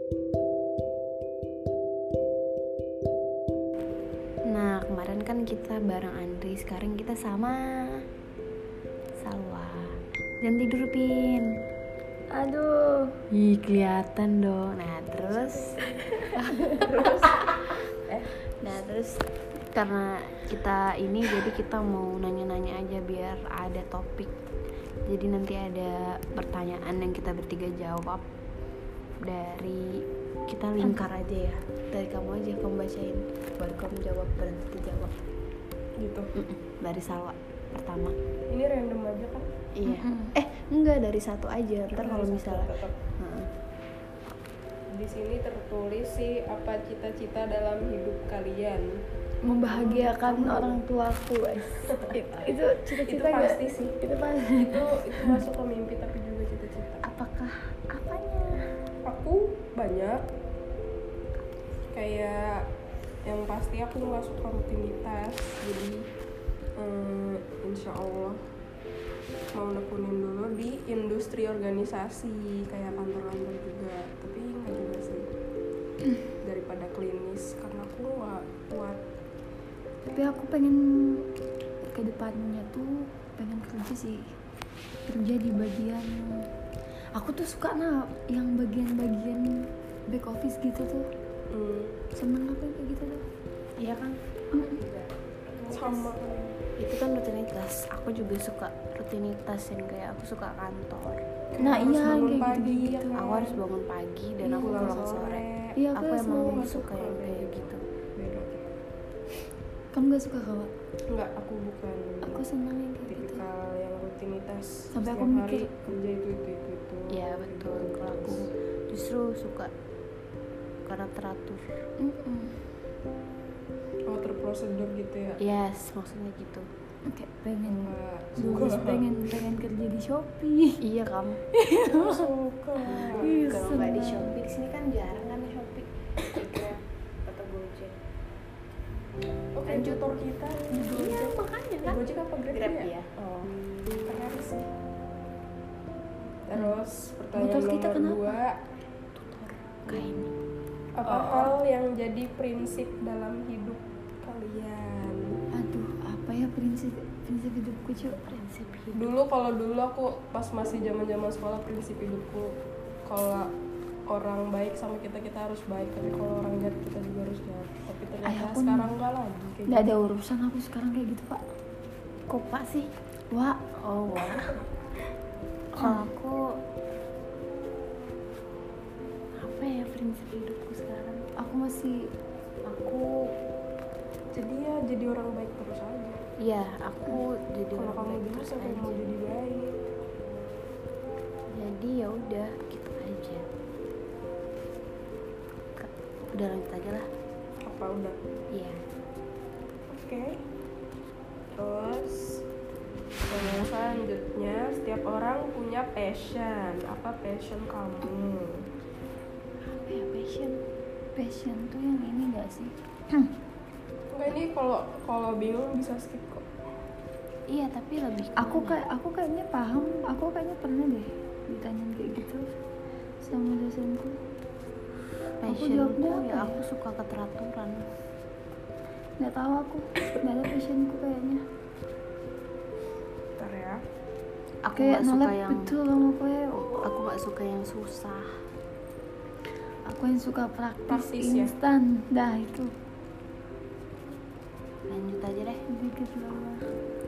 Nah, kemarin kan kita bareng Andri, sekarang kita sama Salwa. Jangan tidur, Pin. Aduh. Ih, kelihatan dong. Nah, terus terus karena kita ini jadi kita mau nanya-nanya aja biar ada topik. Jadi nanti ada pertanyaan yang kita bertiga jawab. Dari kita lingkar aja ya. Dari kamu aja, kamu bacain, baru kamu jawab, baru kita jawab. Gitu. Dari Salwa pertama. Ini random aja kan? Iya. Enggak, dari satu aja. Ntar kalau misalnya di sini tertulis sih, apa cita-cita dalam hidup kalian? Membahagiakan orang tuaku, guys. Itu cita-cita itu pasti sih. Itu pasti. itu masuk ke mimpi tapi juga cita-cita. Apakah apanya? Aku banyak. Kayak yang pasti aku nggak suka rutinitas. Jadi insya Allah mau nekunin dulu di industri organisasi kayak kantor-kantor juga, tapi nggak juga sih daripada klinis karena aku nggak kuat. Tapi aku pengen ke depannya tuh pengen kerja sih, kerja di bagian, aku tuh suka yang bagian back office gitu tuh. Seneng apa kayak gitu tuh. Iya kan? Sama Itu kan rutinitas. Aku juga suka rutinitas yang kayak aku suka kantor. Nah harus iya bangun kayak pagi gitu, ya gitu. kan? Aku harus bangun pagi dan Iya, aku pulang pulang sore. Iya Aku aku emang nggak suka suka yang kayak kayak gitu. beda. Kamu gak suka kawat? Enggak, aku bukan Aku seneng yang kayak gitu. tipikal yang rutinitas. Sampai aku Setiap mikir, hari kerja itu. Iya betul. Kalau aku justru suka karena teratur. Oh, terprosedur gitu ya. Yes, maksudnya gitu. Kayak pengen Enggak dulu pengen kerja di Shopee. Iya kamu. suka. Kalau nggak di Shopee, di sini kan jarang kan Shopee. Grab atau Gojek. Oke, tutor kita di Iya Gojek. makanya Di kan. Gojek apa Grab, Grab ya? ya. Oh, keren sih. Terus pertanyaan Motor kita nomor 2, Kayak ini. apa hal yang jadi prinsip dalam hidup kalian? Aduh, apa ya prinsip hidupku cuy? Prinsip hidup. Dulu aku pas masih zaman sekolah, prinsip hidupku kalau orang baik sama kita harus baik, tapi kalau orang jahat kita juga harus jahat. Tapi ternyata Aku sekarang enggak lagi kayak Nggak gitu. ada urusan aku sekarang kayak gitu pak. Kok Pak sih? Wah, Oh wah. Kalau aku apa ya prinsip hidupku sekarang? Aku Jadi orang baik terus aja. iya aku jadi Kalau orang kamu baik dulu terus sampai aja. mau jadi baik. Jadi ya udah gitu aja. Udah lanjut aja lah. Apa udah? Iya. Oke. Terus selanjutnya, setiap orang punya passion. Apa passion kamu? Apa ya passion tuh yang ini nggak sih? Enggak, ini kalau bingung bisa skip kok. Iya tapi lebih Aku kayaknya paham. Aku kayaknya pernah deh ditanyain kayak gitu sama dosenku. passionku jawabnya apa ya ya? aku suka keteraturan. Nggak tahu aku. Nggak ada passionku kayaknya. Bentar ya. Aku Kayak nggak suka nolak yang betul sama kayak. aku nggak suka yang susah. Aku yang suka praktis Praktis ya? instan. Dah itu. Lanjut aja deh. Dikit lah.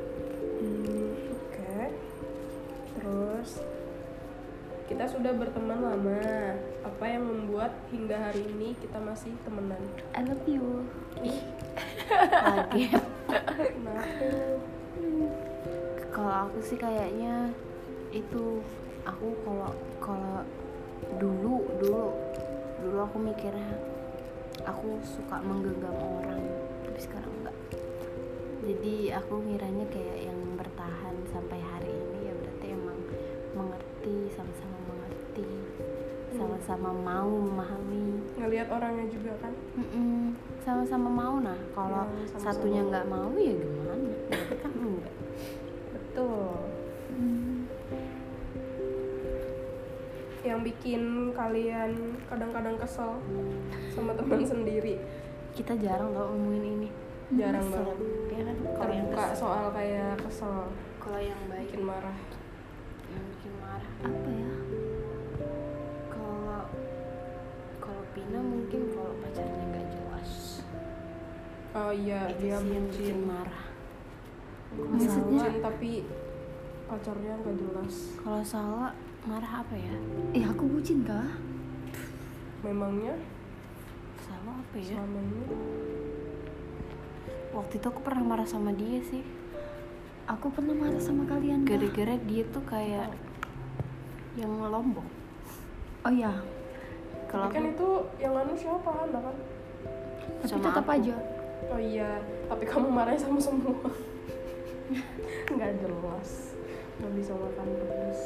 Oke. Terus kita sudah berteman lama. Apa yang membuat hingga hari ini kita masih temenan? I love you. Kaget. Kenapa? Kalau aku sih kayaknya itu aku kalau dulu aku mikirnya aku suka menggenggam orang, tapi sekarang enggak. Jadi aku ngiranya kayak yang bertahan sampai hari ini ya berarti emang mengerti, sama-sama mengerti, sama-sama mau memahami. Ngelihat orangnya juga kan. Sama-sama mau. Nah kalau Ya, sama-sama satunya mau. nggak mau ya gimana? Berarti kan enggak. Betul. yang bikin kalian kadang-kadang kesel sama teman sendiri? Kita jarang tau ngomongin ini. Jarang Kesel, banget. ya kan? Kalau yang Terbuka kesel, soal kayak kesel, kalau yang baik, bikin marah. yang bikin marah. Apa ya? Kalau kalau Pina mungkin kalau pacarnya nggak jelas, Oh iya, itu dia sih yang bikin bucin. marah. Maksudnya? Bucin tapi pacarnya nggak jelas. Kalau salah marah apa ya? Aku bucin kah? Memangnya Salah apa ya? selama ini Waktu itu aku pernah marah sama dia sih. Aku pernah marah sama kalian kah? Gara-gara dia tuh kayak yang ngelombok. Oh ya, Kalau kan itu yang anu siapa Anda kan? tapi Sama tetap aku. aja. Oh iya, tapi kamu marahnya sama semua. Nggak jelas, nggak bisa makan pedas.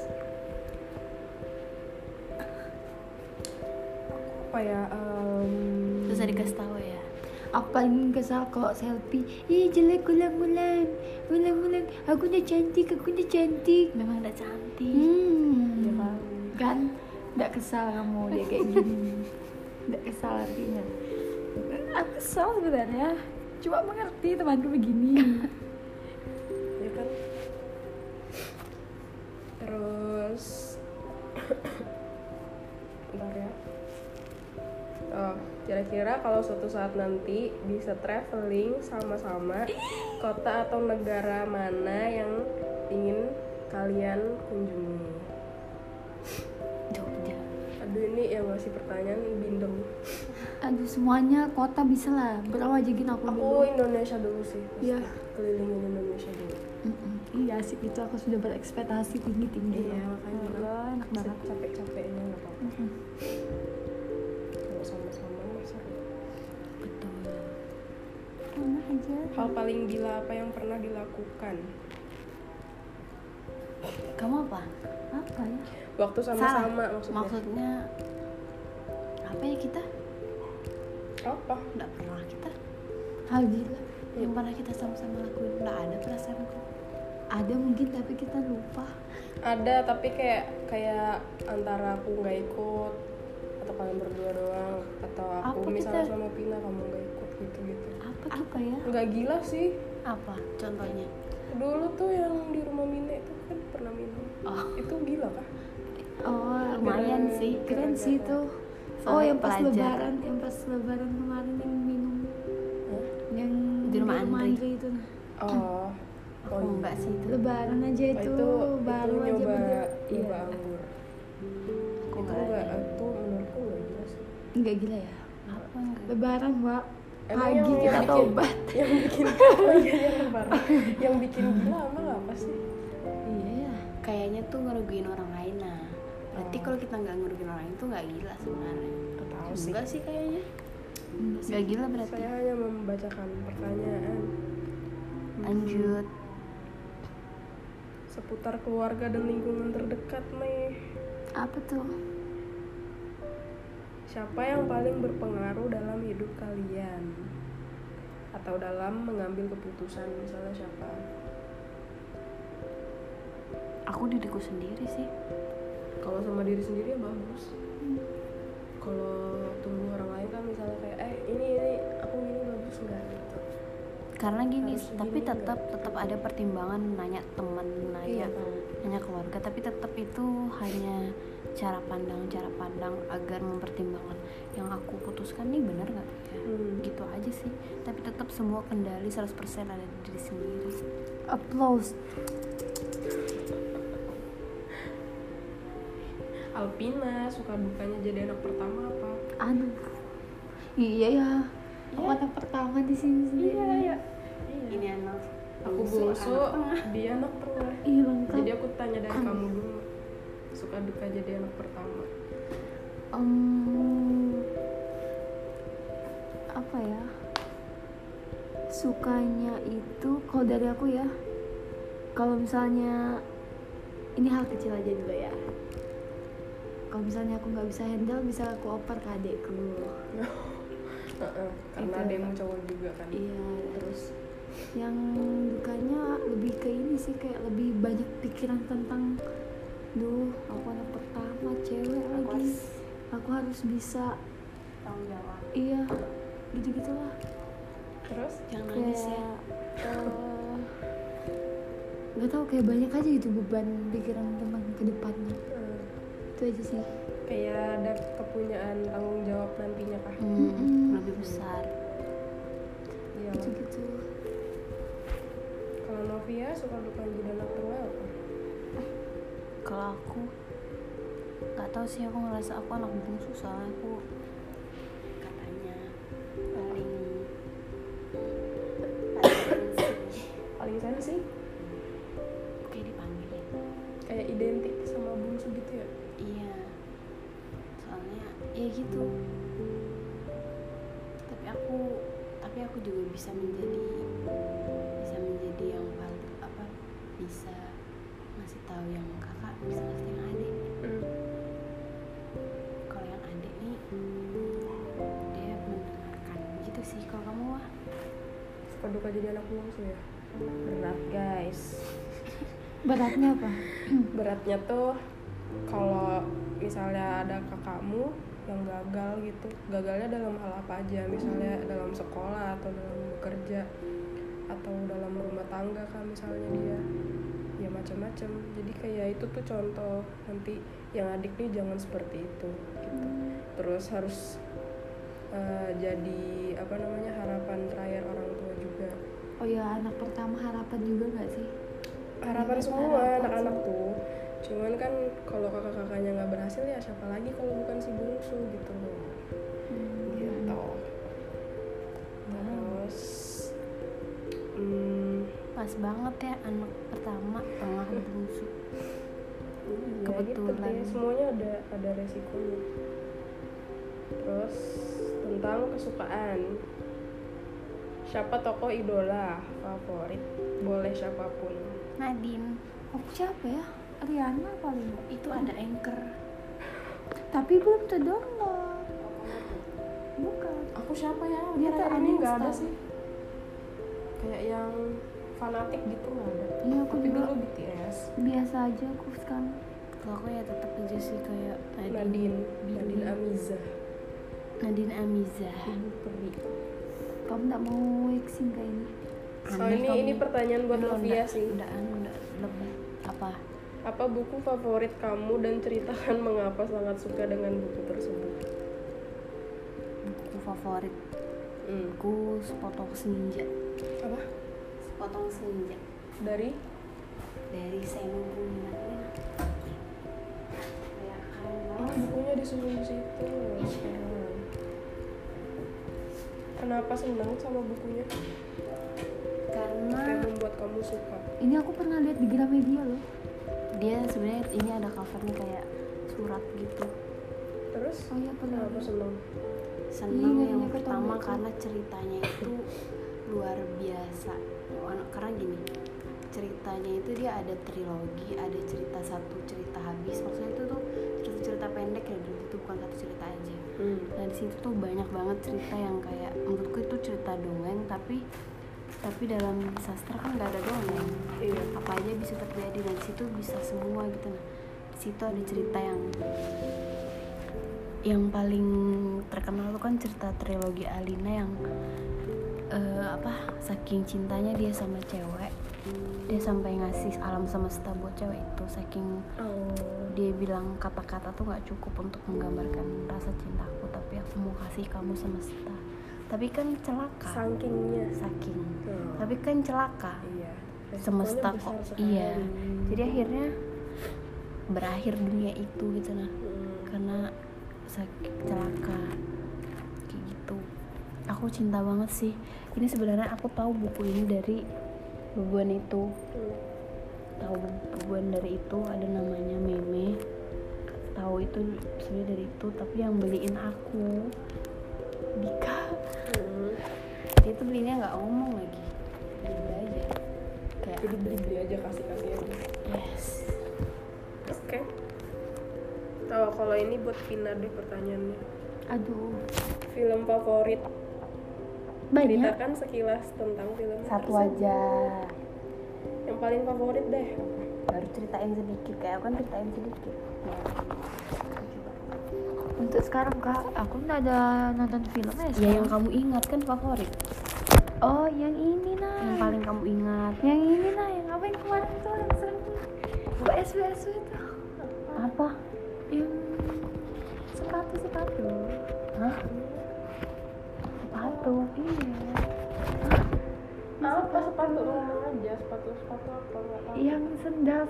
Apa ya? susah dikasih tahu ya. Aku paling kesal kalau selfie. Jelek ulang-ulang. Ulang-ulang. Aku udah cantik. Memang udah cantik. Ya kan? Kan? Nggak kesal kamu dia kayak gini. Nggak kesal artinya. Aku kesal sebenarnya. Cuma mengerti temanku begini. Ya kan? Terus bentar ya. Oh, kira-kira kalau suatu saat nanti bisa traveling sama-sama, kota atau negara mana yang ingin kalian kunjungi? Jogja. Aduh, ini yang ngasih pertanyaan bindeng. Aduh, semuanya kota bisa lah. Berapa ajakin aku dulu. Aku Indonesia dulu sih. pasti. Iya. Kelilingin Indonesia dulu. Iya asik itu, aku sudah berekspektasi tinggi-tinggi. Iya, makanya Allah, enak banget. capek-capeknya nggak apa-apa. Kalau sama-sama mah seru. Betul. Mana aja. Hal paling gila apa yang pernah dilakukan? Kamu apa? Apa ya? Waktu sama-sama maksudnya. Maksudnya apa ya kita? Apa? Nggak pernah kita. Hal gila. Yang pernah kita sama-sama lakuin nggak ada perasaanku. Ada mungkin tapi kita lupa. Ada tapi kayak antara aku nggak ikut atau kalian berdua doang atau aku Apa misalnya kita? sama Pina kamu nggak ikut gitu. Apa ya? Nggak gila sih. Apa? Contohnya? Dulu tuh yang di rumah Mine itu kan pernah minum. Oh, Itu gila kah? Oh, lumayan sih. keren sih itu. Soalnya Oh, yang pas pelajar. lebaran, kemarin yang minum Hah? yang Di rumah Andri. itu. Oh, aku enggak sih itu. Lebaran aja Oh, itu, baru itu aja nyoba iya. anggur. Aku Itu enggak ada. itu menurutku nggak gila sih. Enggak gila ya. Apa enggak? Lebaran, Mbak. Emang Pagi kita bikin- tobat. yang bikin oh iya yang lebaran. Yang bikin gila emang apa sih? Iya ya. Kayaknya tuh ngerugiin orang lain. Nah, berarti Oh. kalau kita nggak ngerugiin orang lain tuh nggak gila sebenarnya. Tahu sih. Enggak sih kayaknya. Enggak sih. Nggak gila berarti. Saya hanya membacakan pertanyaan Lanjut. seputar keluarga dan lingkungan terdekat nih. Apa tuh? Siapa yang paling berpengaruh dalam hidup kalian? Atau dalam mengambil keputusan, misalnya siapa? Aku diriku sendiri sih. Kalau sama diri sendiri ya bagus. Kalau tunggu orang lain kan misalnya kayak ini aku gini bagus nggak gitu. Karena gini, Harus tapi gini tetap ada pertimbangan nanya teman, Iya, nanya tahu. nanya keluarga, tapi tetap itu hanya cara pandang agar mempertimbangkan yang aku putuskan nih benar nggak ya. Gitu aja sih. Tapi tetap semua kendali 100% ada di diri sendiri. Applause. Alpina suka dukanya jadi anak pertama apa? Aduh. Iya ya. Aku anak pertama di sini sendiri. Iya. Ini anak Aku bungsu, dia anak tengah. Iya lengkap. Jadi aku tanya dari kamu dulu. Suka duka jadi anak pertama. Apa ya? Sukanya itu kalau dari aku ya. Kalau misalnya ini hal kecil aja dulu ya. Kalau misalnya aku nggak bisa handle, bisa aku oper ke adekku. Karena Itu. ademu cowok juga kan. Iya, terus yang dukanya lebih ke ini sih, kayak lebih banyak pikiran tentang Duh, aku anak pertama cewek lagi. Aku harus bisa. Tanggung jawab. Iya, gitu-gitulah. Terus Jangan nangis ya. Gak tau, kayak banyak aja gitu beban pikiran tentang kedepannya. Itu aja sih. kayak ada kepunyaan tanggung jawab nantinya kah? Lebih besar. Iya. Gitu-gitu. Kalau Novia suka duka jadi anak tengah apa? Kalau aku nggak tahu sih, aku ngerasa aku anak bungsu, soalnya aku katanya paling Paling sensi, kayak dipanggil ya. kayak identik sama bungsu gitu ya? Iya, soalnya ya gitu. Tapi aku juga bisa menjadi yang paling apa, bisa ngasih tahu yang kakak, bisa ngasih yang adik. Kalau yang adik nih dia mendengarkan gitu sih. Kalau kamu wah? Suka duka jadi anak bungsu ya? Berat guys. Beratnya apa? Beratnya tuh kalau misalnya ada kakakmu yang gagal gitu, gagalnya dalam hal apa aja, misalnya dalam sekolah atau dalam bekerja atau dalam rumah tangga kan, misalnya dia ya macam-macam. Jadi kayak itu tuh contoh nanti yang adik nih jangan seperti itu gitu. Terus harus jadi apa namanya, harapan terakhir orang tua juga. Oh ya, anak pertama harapan juga gak sih? Harapan Iya, semua harapan anak-anak sih. tuh. Cuman kan kalau kakak-kakaknya nggak berhasil ya siapa lagi kalau bukan si bungsu gitu loh. Gitu. Terus Pas banget ya, anak pertama tengah bungsu. ya Kebetulan. gitu deh, semuanya ada resikonya. Terus tentang kesukaan, siapa tokoh idola favorit? Boleh siapapun. Nadine Aku siapa ya? Riana paling. itu ada anchor. Tapi belum terdownload. Bukan. Aku siapa ya? Dia tuh Akhir-akhir ini nggak ada uninstall. sih. Kayak yang fanatik gitu nggak ada. Iya, aku Tapi juga dulu BTS. biasa aja aku sekarang. Kalau aku ya tetap aja sih kayak Nadine Billy. Amiza, Nadine Amiza. Ibu Peri. Kamu gak mau waxing kayak ini? So Aneh kamu. ini pertanyaan buat Udah, Novia sih. udah lebih apa? Apa buku favorit kamu dan ceritakan mengapa sangat suka dengan buku tersebut? Buku favorit aku Sepotong Senja. Apa? Sepotong Senja Dari? dari Senung Gunina. Kayak keren Oh, banget. bukunya disusun di situ. Kenapa senang sama bukunya? Karena Kayak membuat kamu suka. Ini aku pernah lihat di Gramedia loh. dia sebenarnya ini ada covernya kayak surat gitu. Terus? Oh iya, pernah. Kenapa senang? Senang Iya, yang iya, pertama ketemu. karena ceritanya itu luar biasa. Karena gini, ceritanya itu dia ada trilogi, ada cerita satu cerita habis. Maksudnya itu tuh cerita pendek ya, jadi itu bukan satu cerita aja. Nah di situ tuh banyak banget cerita yang kayak menurutku itu cerita dongeng, tapi dalam sastra kan nggak ada dongeng. Iya. Apa aja bisa terjadi, dan di situ bisa semua gitu. Nah di situ ada cerita yang paling terkenal tuh kan cerita trilogi Alina yang saking cintanya dia sama cewek, dia sampai ngasih alam semesta buat cewek itu. Saking dia bilang kata-kata tuh nggak cukup untuk menggambarkan rasa cintaku, tapi aku mau kasih kamu semesta. Tapi kan celaka, Sakingnya. saking tapi kan celaka, Iya. semesta Resikonya kok. besar sekali. Iya, jadi akhirnya berakhir dunia itu gitu. Nah karena sakit celaka kayak gitu. Aku cinta banget sih. Ini sebenarnya aku tahu buku ini dari bubuan itu. Tahu bubuan dari itu, ada namanya Meme. Tahu itu sebenarnya dari itu, tapi yang beliin aku Dika. Dia tuh belinya nggak ngomong lagi, beli aja. Kayak Jadi beli aja, kasih aja. yes. Oke. Oh, kalau ini buat Vina deh pertanyaannya. Aduh, Film favorit. banyak. Ceritakan sekilas tentang film Satu tersebut. aja. Yang paling favorit deh. baru ceritain sedikit, kayak aku kan ceritain sedikit ya. Untuk sekarang kak, aku nggak ada nonton film ya Ya sekarang. yang kamu ingat kan favorit, Oh yang ini nah, yang paling kamu ingat. yang ini nah, yang apa yang kemarin tuh yang serem BSBS itu, Apa? yang sepatu. Hah? Sepatu? Iya. Apa sepatu ngomong aja, sepatu apa nggak tahu. Yang sendal.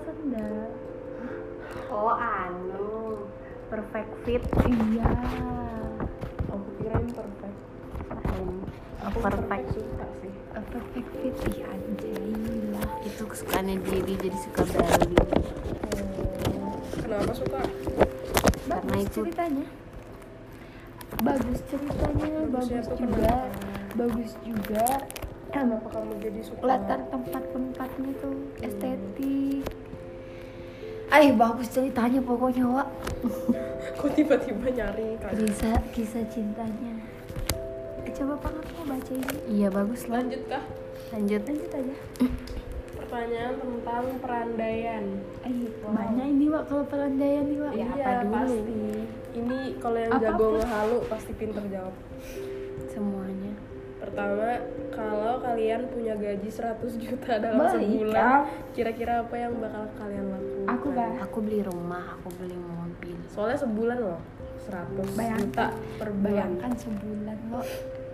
Oh anu, perfect fit. Iya. Aku kirain perfect. Aku Perfect. suka sih. A perfect fit. Iya anjay lah. Itu kesukaannya dia jadi suka Bali. Kenapa suka? Karena Bagus itu ceritanya. Bagus ceritanya, Bagusnya bagus tuh juga. kenapa? Bagus juga. Kenapa kamu jadi suka? Latar tempat-tempatnya tuh estetik. Bagus ceritanya pokoknya, Wak. Kok tiba-tiba nyari kan? Kisah cintanya. Coba Pak aku baca ini. iya bagus lah. Lanjut kah? Lanjut. Lanjut aja. Pertanyaan tentang perandaian. Banyak ini, Wak, kalau perandaian nih, Wak. Ya, Iya apa dulu? pasti. Ini kalau yang Apa-apa? jago ngehalu pasti pinter jawab. Semuanya. Pertama, kalau kalian punya gaji 100 juta dalam Baik, sebulan, Kak. kira-kira apa yang bakal kalian lakukan? Aku, Kak. Aku beli rumah, aku beli mobil. Soalnya sebulan loh, 100 Bayangkan. juta per bulan. Bayangkan sebulan, Wak.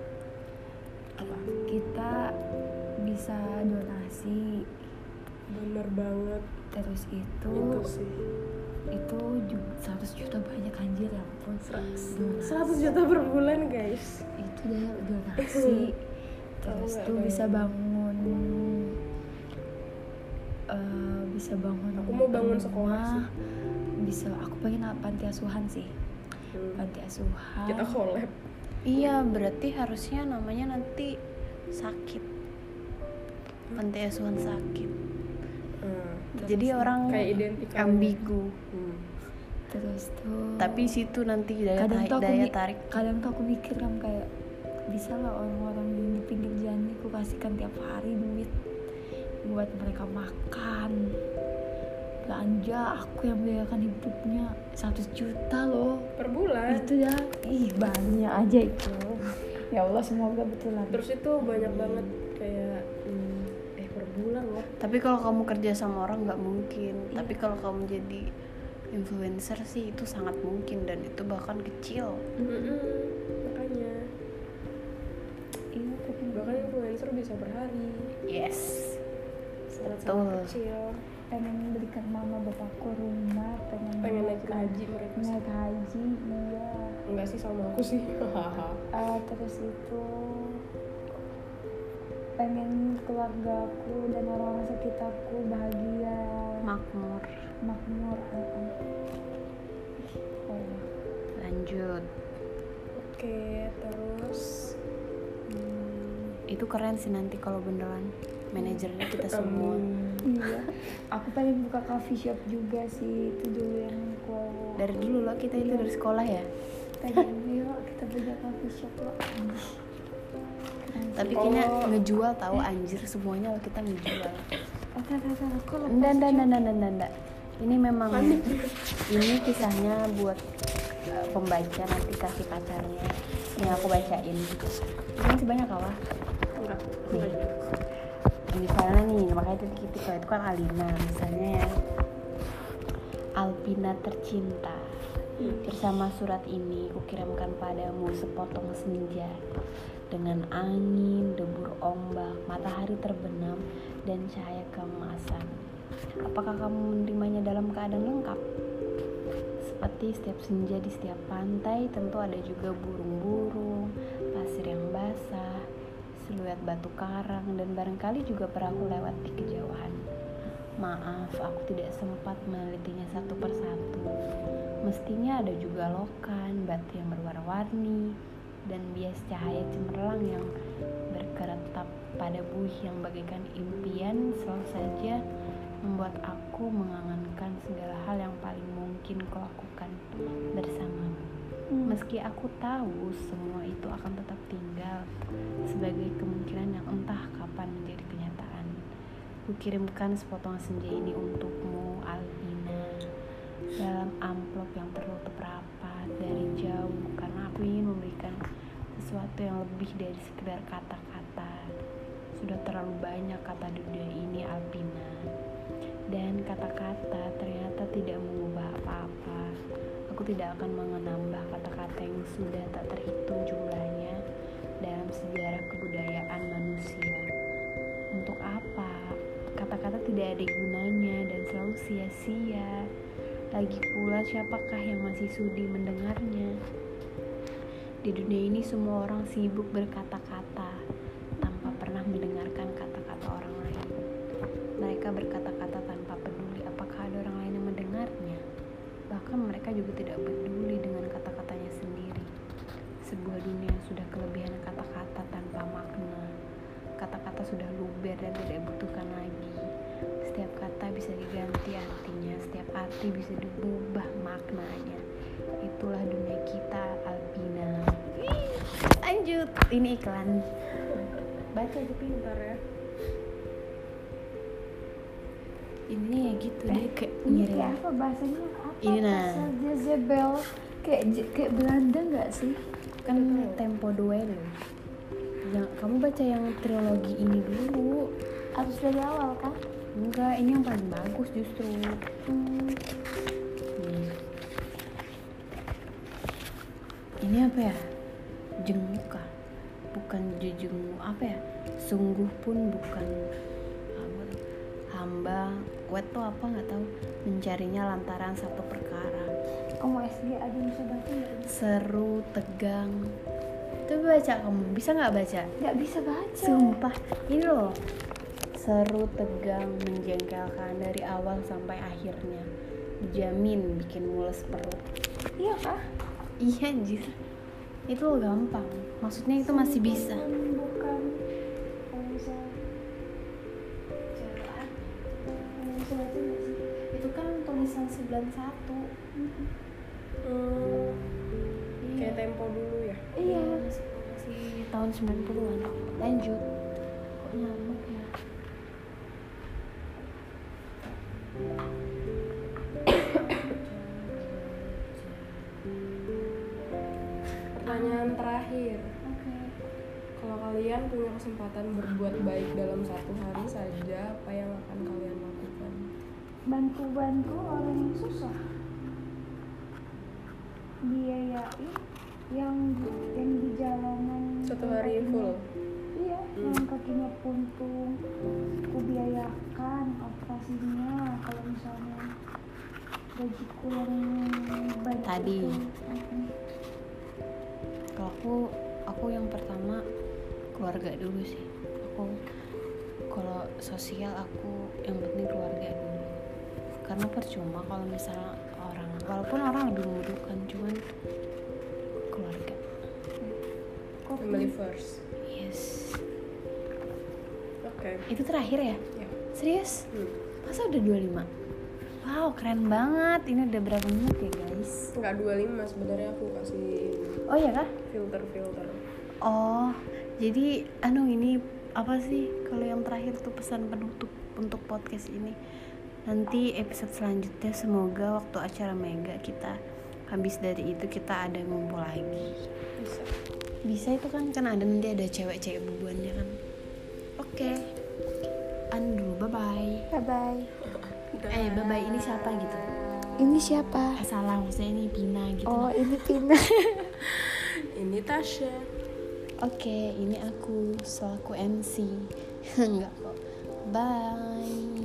Kita bisa donasi, Bener banget terus itu sih. itu 100 juta banyak anjir, ya ampun. 100 juta per bulan guys. Itu dia donasi. Terus nggak tuh bisa bayang. bangun Aku mau bangun sekolah sih. Bisa, aku pengen panti asuhan sih. Panti asuhan. Kita collab. Iya, berarti harusnya namanya nanti sakit. Panti asuhan sakit. Jadi orang kayak identik ambigu. Terus tuh Tapi situ nanti daya kadang tarik. kadang tuh aku mikir kan kayak bisa lah orang-orang yang di pinggir jalan ini aku kasihkan tiap hari duit buat mereka makan, belanja, aku yang membiayakan hidupnya 100 juta loh. per bulan. Itu ya, banyak aja itu. Ya Allah, semoga betulan. Terus itu banyak banget kayak per bulan loh. Tapi kalau kamu kerja sama orang nggak mungkin. Tapi kalau kamu jadi influencer sih itu sangat mungkin dan itu bahkan kecil. Makanya Iya, tapi bahkan influencer bisa per hari. Yes. Sangat-sangat Betul. kecil. pengen belikan mama bapakku rumah, pengen Naikin haji mereka sih. naik haji, iya. Enggak sih, sama aku sih. Terus itu pengen keluargaku dan orang-orang sekitarku bahagia, Makmur. makmur. Lanjut. Oke, terus Itu keren sih nanti kalau beneran manajernya kita semua. Iya, aku pengen buka coffee shop juga sih, itu dulu yang aku Dari dulu loh kita itu dari sekolah ya. pengen. Yuk kita punya coffee shop loh. Tapi kayaknya ngejual tahu anjir, semuanya loh kita ngejual. Aku Enggak. Ini memang ini kisahnya buat pembaca, nanti kasih pacarnya. Yang aku bacain. Ini masih banyak apa? enggak. Nih. Misalnya nih, makanya titik-titik kalau itu kan Alina, misalnya ya. Alpina tercinta, bersama surat ini kukirimkan padamu sepotong senja dengan angin, debur ombak, matahari terbenam, dan cahaya keemasan. Apakah kamu menerimanya dalam keadaan lengkap? Seperti setiap senja di setiap pantai, tentu ada juga burung-burung, pasir yang basah, siluet batu karang, dan barangkali juga perahu lewat di kejauhan. Maaf, aku tidak sempat menelitinya satu persatu. Mestinya ada juga lokan, batu yang berwarna-warni, dan bias cahaya cemerlang yang berkeretap pada buih yang bagaikan impian selalu saja membuat aku mengangankan segala hal yang paling mungkin kulakukan bersamamu. Meski aku tahu semua itu akan tetap tinggal sebagai kemungkinan yang entah kapan menjadi kenyataan. Kukirimkan sepotong senja ini untukmu, Alpina, dalam amplop yang tertutup rapat dari jauh, karena aku ingin memberikan sesuatu yang lebih dari sekedar kata-kata. Sudah terlalu banyak kata di dunia ini, Alpina, dan kata-kata ternyata tidak mengubah apa-apa. Aku tidak akan menambah kata-kata yang sudah tak terhitung jumlahnya dalam sejarah kebudayaan manusia. Untuk apa? Kata-kata tidak ada gunanya dan selalu sia-sia. Lagi pula siapakah yang masih sudi mendengarnya? Di dunia ini semua orang sibuk berkata-kata tanpa pernah mendengarkan kata-kata orang lain. Mereka berkata-kata tanpa peduli apakah ada orang lain yang mendengarnya. Bahkan mereka juga tidak peduli dengan kata-katanya sendiri. Sebuah dunia yang sudah kelebihan kata-kata tanpa makna. Kata-kata sudah luber dan tidak dibutuhkan lagi. Setiap kata bisa diganti artinya, setiap arti bisa diubah maknanya. Itulah dunia kita, Alpina. Lanjut, ini iklan. Baca aja pintar ya. Ini ya gitu deh, kayak Ini ngirim. kayak apa bahasanya? Apa? Ini nah. Bahasa Jezebel. Kayak Belanda nggak sih? Kan tempo duel. Kamu baca yang trilogi ini dulu. Harus dari awal kan? Enggak, ini yang paling bagus justru. Nih. Ini apa ya? Jengmuka. Bukan jejengmu, apa ya? Sungguh pun bukan hamba. Wet tuh apa nggak tahu. Mencarinya lantaran satu perkara. Kamu SD ada yang bisa baca nggak? Seru, tegang. Coba baca kamu, bisa nggak baca? Nggak bisa baca. Sumpah, ini loh. Seru, tegang, menjengkelkan dari awal sampai akhirnya. Dijamin bikin mules perut. Iya kah? Iya anjir. Itu loh gampang. Maksudnya itu masih bisa. Bukan. Kalau bisa. Kalau bisa baca nggak sih? Itu kan tulisan 91. Kayak tempo dulu ya. Iya. Masih tahun 90-an. Lanjut. Kok nyamuk ya? Pertanyaan terakhir. Oke. Kalau kalian punya kesempatan berbuat baik dalam satu hari saja, apa yang akan kalian lakukan? Bantu-bantu orang yang susah. Biayain yang di jalanan. Satu hari full. Iya, yang kakinya puntung. Aku biayakan operasinya kalau misalnya gajiku yang banyak Tadi. itu. Kalau aku yang pertama keluarga dulu sih. Aku kalau sosial aku yang penting keluarga dulu. Karena percuma kalau misalnya orang, walaupun orang lebih membutuhkan, cuman keluarga. Family first. Yes. Oke. Itu terakhir ya? Ya. Serius? Masa udah 25? Wow, keren banget. Ini udah berapa menit ya guys? Enggak 25 sebenarnya, aku kasih Oh iya kah? filter. Oh, jadi ini apa sih? Kalau yang terakhir tuh pesan penutup untuk podcast ini. Nanti episode selanjutnya semoga waktu acara Mega kita habis dari itu kita ada ngumpul lagi. Bisa itu kan ada nanti ada cewek-cewek bubuannya kan. Oke. Dulu, bye-bye. Bye-bye. Bye-bye ini siapa gitu? Ini siapa? Salah, maksudnya ini Pina gitu. Oh, ini Pina. Ini Tasya. Oke, ini aku selaku MC. Enggak kok. Bye.